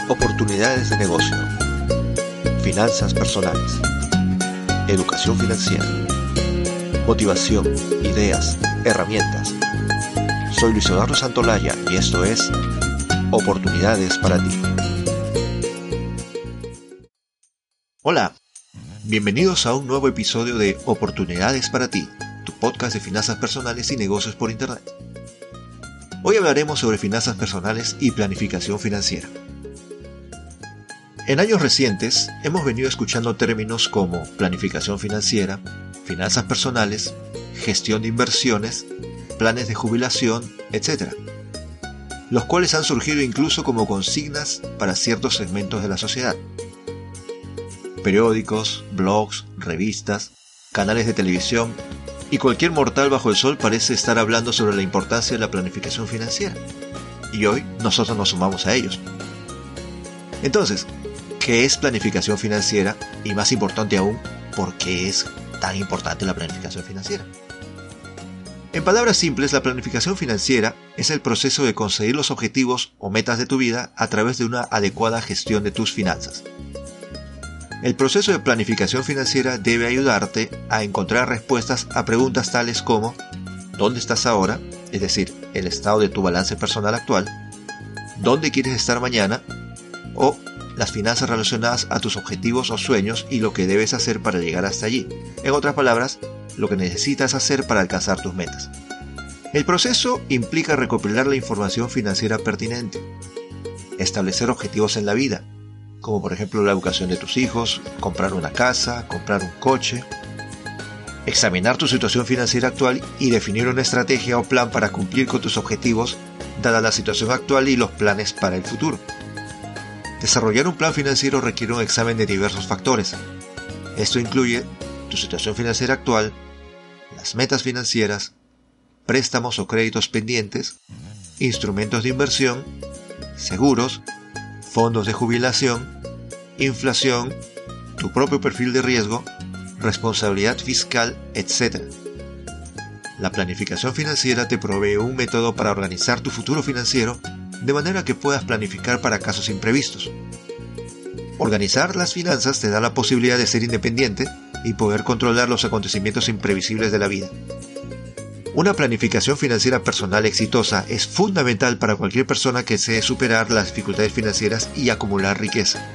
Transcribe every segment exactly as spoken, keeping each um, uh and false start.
Oportunidades de negocio, finanzas personales, educación financiera, motivación, ideas, herramientas. Soy Luis Eduardo Santolaya y esto es Oportunidades para ti. Hola, bienvenidos a un nuevo episodio de Oportunidades para ti, tu podcast de finanzas personales y negocios por internet. Hoy hablaremos sobre finanzas personales y planificación financiera. En años recientes hemos venido escuchando términos como planificación financiera, finanzas personales, gestión de inversiones, planes de jubilación, etcétera, los cuales han surgido incluso como consignas para ciertos segmentos de la sociedad. Periódicos, blogs, revistas, canales de televisión y cualquier mortal bajo el sol parece estar hablando sobre la importancia de la planificación financiera. Y hoy nosotros nos sumamos a ellos. Entonces, ¿qué es planificación financiera? Y más importante aún, ¿por qué es tan importante la planificación financiera? En palabras simples, la planificación financiera es el proceso de conseguir los objetivos o metas de tu vida a través de una adecuada gestión de tus finanzas. El proceso de planificación financiera debe ayudarte a encontrar respuestas a preguntas tales como ¿dónde estás ahora? Es decir, el estado de tu balance personal actual, ¿dónde quieres estar mañana? O las finanzas relacionadas a tus objetivos o sueños y lo que debes hacer para llegar hasta allí. En otras palabras, lo que necesitas hacer para alcanzar tus metas. El proceso implica recopilar la información financiera pertinente, establecer objetivos en la vida, como por ejemplo la educación de tus hijos, comprar una casa, comprar un coche, examinar tu situación financiera actual y definir una estrategia o plan para cumplir con tus objetivos, dada la situación actual y los planes para el futuro. Desarrollar un plan financiero requiere un examen de diversos factores. Esto incluye tu situación financiera actual, las metas financieras, préstamos o créditos pendientes, instrumentos de inversión, seguros, fondos de jubilación, inflación, tu propio perfil de riesgo, responsabilidad fiscal, etcétera. La planificación financiera te provee un método para organizar tu futuro financiero de manera que puedas planificar para casos imprevistos. Organizar las finanzas te da la posibilidad de ser independiente y poder controlar los acontecimientos imprevisibles de la vida. Una planificación financiera personal exitosa es fundamental para cualquier persona que desee superar las dificultades financieras y acumular riqueza.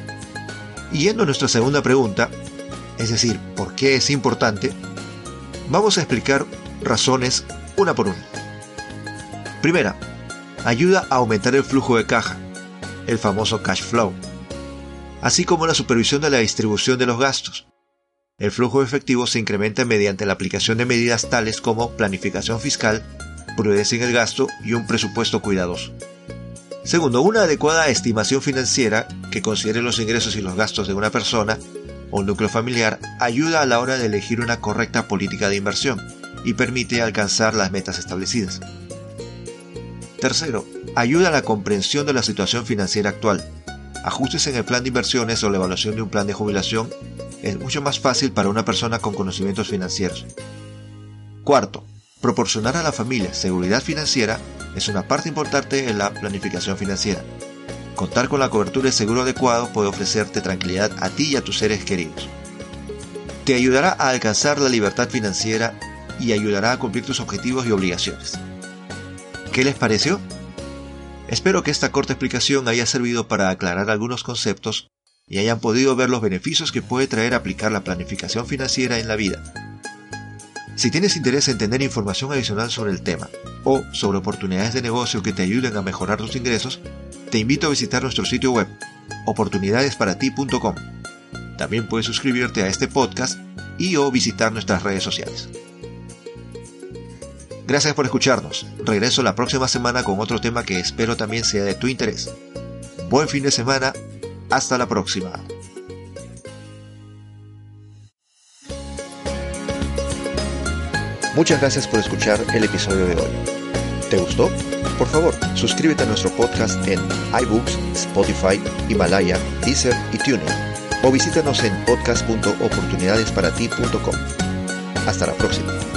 Y yendo a nuestra segunda pregunta, es decir, ¿por qué es importante? Vamos a explicar razones una por una. Primera, ayuda a aumentar el flujo de caja, el famoso cash flow, así como la supervisión de la distribución de los gastos. El flujo de efectivo se incrementa mediante la aplicación de medidas tales como planificación fiscal, prudencia en el gasto y un presupuesto cuidadoso. Segundo, una adecuada estimación financiera que considere los ingresos y los gastos de una persona o un núcleo familiar ayuda a la hora de elegir una correcta política de inversión y permite alcanzar las metas establecidas. Tercero, ayuda a la comprensión de la situación financiera actual. Ajustes en el plan de inversiones o la evaluación de un plan de jubilación es mucho más fácil para una persona con conocimientos financieros. Cuarto, proporcionar a la familia seguridad financiera es una parte importante en la planificación financiera. Contar con la cobertura de seguro adecuado puede ofrecerte tranquilidad a ti y a tus seres queridos. Te ayudará a alcanzar la libertad financiera y ayudará a cumplir tus objetivos y obligaciones. ¿Qué les pareció? Espero que esta corta explicación haya servido para aclarar algunos conceptos y hayan podido ver los beneficios que puede traer aplicar la planificación financiera en la vida. Si tienes interés en tener información adicional sobre el tema o sobre oportunidades de negocio que te ayuden a mejorar tus ingresos, te invito a visitar nuestro sitio web oportunidades para ti punto com. También puedes suscribirte a este podcast y o visitar nuestras redes sociales. Gracias por escucharnos. Regreso la próxima semana con otro tema que espero también sea de tu interés. Buen fin de semana. Hasta la próxima. Muchas gracias por escuchar el episodio de hoy. ¿Te gustó? Por favor, suscríbete a nuestro podcast en iBooks, Spotify, Himalaya, Deezer y TuneIn. O visítanos en podcast punto oportunidades para ti punto com. Hasta la próxima.